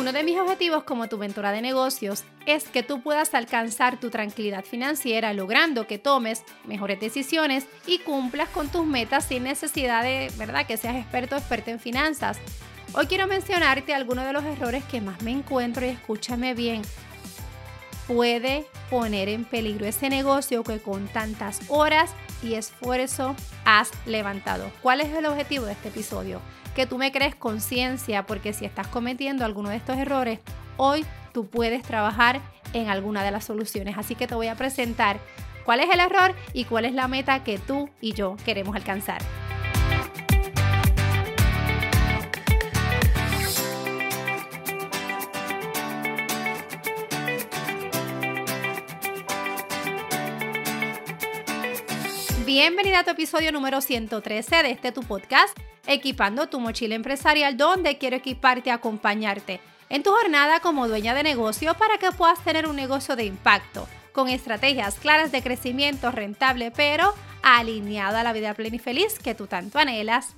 Uno de mis objetivos como tu mentora de negocios es que tú puedas alcanzar tu tranquilidad financiera logrando que tomes mejores decisiones y cumplas con tus metas sin necesidad de, ¿verdad?, que seas experto o experta en finanzas. Hoy quiero mencionarte algunos de los errores que más me encuentro y escúchame bien. Puede poner en peligro ese negocio que con tantas horas y esfuerzo has levantado. ¿Cuál es el objetivo de este episodio? Que tú me crees conciencia, porque si estás cometiendo alguno de estos errores, hoy tú puedes trabajar en alguna de las soluciones. Así que te voy a presentar cuál es el error y cuál es la meta que tú y yo queremos alcanzar. Bienvenida a tu episodio número 113 de tu podcast, Equipando tu mochila empresarial, donde quiero equiparte, acompañarte en tu jornada como dueña de negocio para que puedas tener un negocio de impacto, con estrategias claras de crecimiento rentable, pero alineado a la vida plena y feliz que tú tanto anhelas.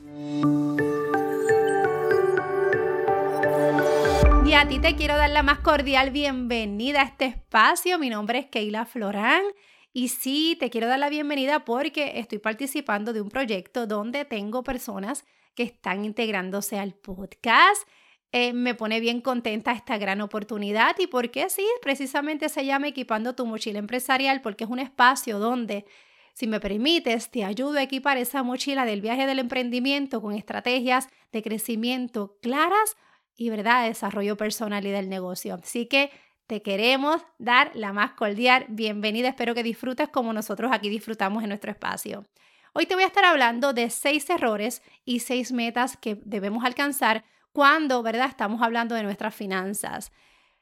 Y a ti te quiero dar la más cordial bienvenida a este espacio. Mi nombre es Keila Florán. Y sí, te quiero dar la bienvenida porque estoy participando de un proyecto donde tengo personas que están integrándose al podcast. Me pone bien contenta esta gran oportunidad y porque sí, precisamente se llama Equipando tu mochila empresarial, porque es un espacio donde, si me permites, te ayudo a equipar esa mochila del viaje del emprendimiento con estrategias de crecimiento claras y, ¿verdad?, de desarrollo personal y del negocio. Así que te queremos dar la más cordial bienvenida. Espero que disfrutes como nosotros aquí disfrutamos en nuestro espacio. Hoy te voy a estar hablando de 6 errores y 6 metas que debemos alcanzar cuando, ¿verdad?, estamos hablando de nuestras finanzas.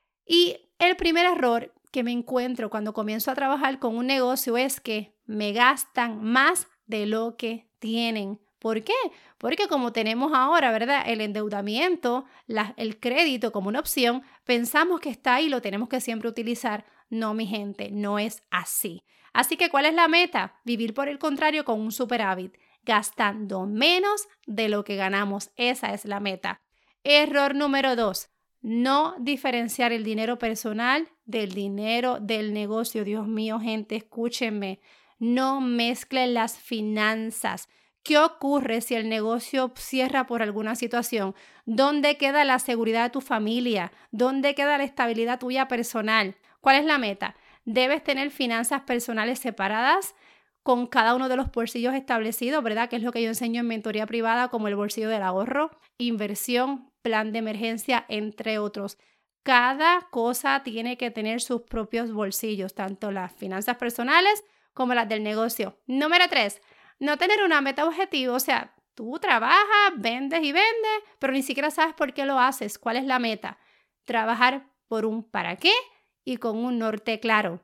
Y el primer error que me encuentro cuando comienzo a trabajar con un negocio es que me gastan más de lo que tienen. ¿Por qué? Porque como tenemos ahora, ¿verdad?, el endeudamiento, el crédito como una opción, pensamos que está ahí y lo tenemos que siempre utilizar. No, mi gente, no es así. Así que, ¿cuál es la meta? Vivir, por el contrario, con un superávit, gastando menos de lo que ganamos. Esa es la meta. Error número 2. No diferenciar el dinero personal del dinero del negocio. Dios mío, gente, escúchenme. No mezclen las finanzas. ¿Qué ocurre si el negocio cierra por alguna situación? ¿Dónde queda la seguridad de tu familia? ¿Dónde queda la estabilidad tuya personal? ¿Cuál es la meta? Debes tener finanzas personales separadas con cada uno de los bolsillos establecidos, ¿verdad? Que es lo que yo enseño en mentoría privada, como el bolsillo del ahorro, inversión, plan de emergencia, entre otros. Cada cosa tiene que tener sus propios bolsillos, tanto las finanzas personales como las del negocio. Número 3. No tener una meta objetivo, o sea, tú trabajas, vendes y vendes, pero ni siquiera sabes por qué lo haces. ¿Cuál es la meta? Trabajar por un para qué y con un norte claro.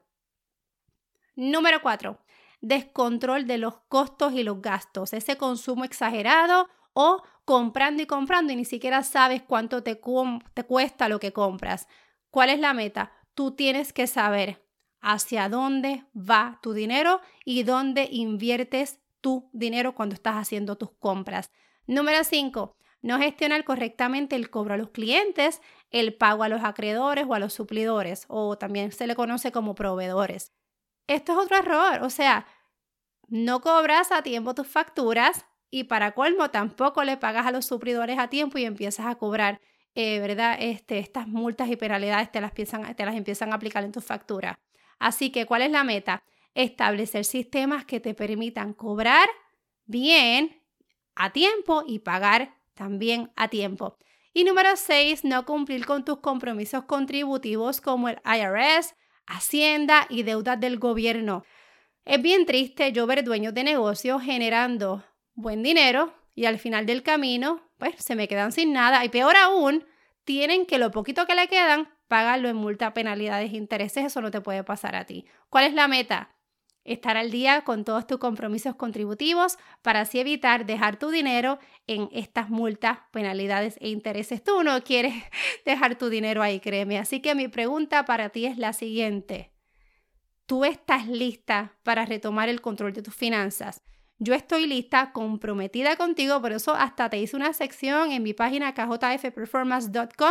Número 4. Descontrol de los costos y los gastos. Ese consumo exagerado o comprando y ni siquiera sabes cuánto te cuesta lo que compras. ¿Cuál es la meta? Tú tienes que saber hacia dónde va tu dinero y dónde inviertes tu dinero cuando estás haciendo tus compras. Número 5. No gestionar correctamente el cobro a los clientes, el pago a los acreedores o a los suplidores, o también se le conoce como proveedores. Esto es otro error, o sea, no cobras a tiempo tus facturas y para colmo tampoco le pagas a los suplidores a tiempo y empiezas a cobrar, ¿verdad? Estas multas y penalidades te las empiezan a aplicar en tu factura. Así que, ¿cuál es la meta? Establecer sistemas que te permitan cobrar bien a tiempo y pagar también a tiempo. Y número 6, no cumplir con tus compromisos contributivos como el IRS, Hacienda y deudas del gobierno. Es bien triste yo ver dueños de negocios generando buen dinero y al final del camino, pues se me quedan sin nada y peor aún, tienen que lo poquito que le quedan pagarlo en multa, penalidades e intereses. Eso no te puede pasar a ti. ¿Cuál es la meta? Estar al día con todos tus compromisos contributivos para así evitar dejar tu dinero en estas multas, penalidades e intereses. Tú no quieres dejar tu dinero ahí, créeme. Así que mi pregunta para ti es la siguiente. ¿Tú estás lista para retomar el control de tus finanzas? Yo estoy lista, comprometida contigo, por eso hasta te hice una sección en mi página kjfperformance.com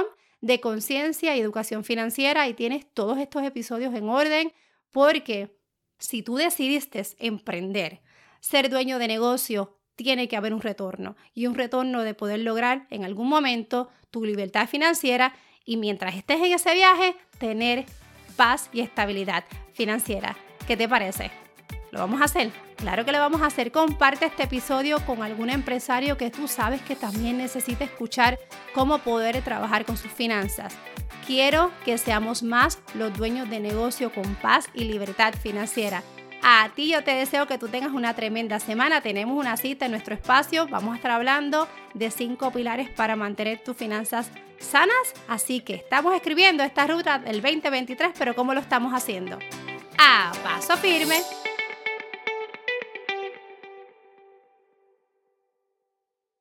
de conciencia y educación financiera y tienes todos estos episodios en orden, porque si tú decidiste emprender, ser dueño de negocio, tiene que haber un retorno y un retorno de poder lograr en algún momento tu libertad financiera y mientras estés en ese viaje, tener paz y estabilidad financiera. ¿Qué te parece? ¿Lo vamos a hacer? Claro que lo vamos a hacer. Comparte este episodio con algún empresario que tú sabes que también necesita escuchar cómo poder trabajar con sus finanzas. Quiero que seamos más los dueños de negocio con paz y libertad financiera. A ti yo te deseo que tú tengas una tremenda semana. Tenemos una cita en nuestro espacio. Vamos a estar hablando de 5 pilares para mantener tus finanzas sanas. Así que estamos escribiendo esta ruta del 2023, pero ¿cómo lo estamos haciendo? A paso firme.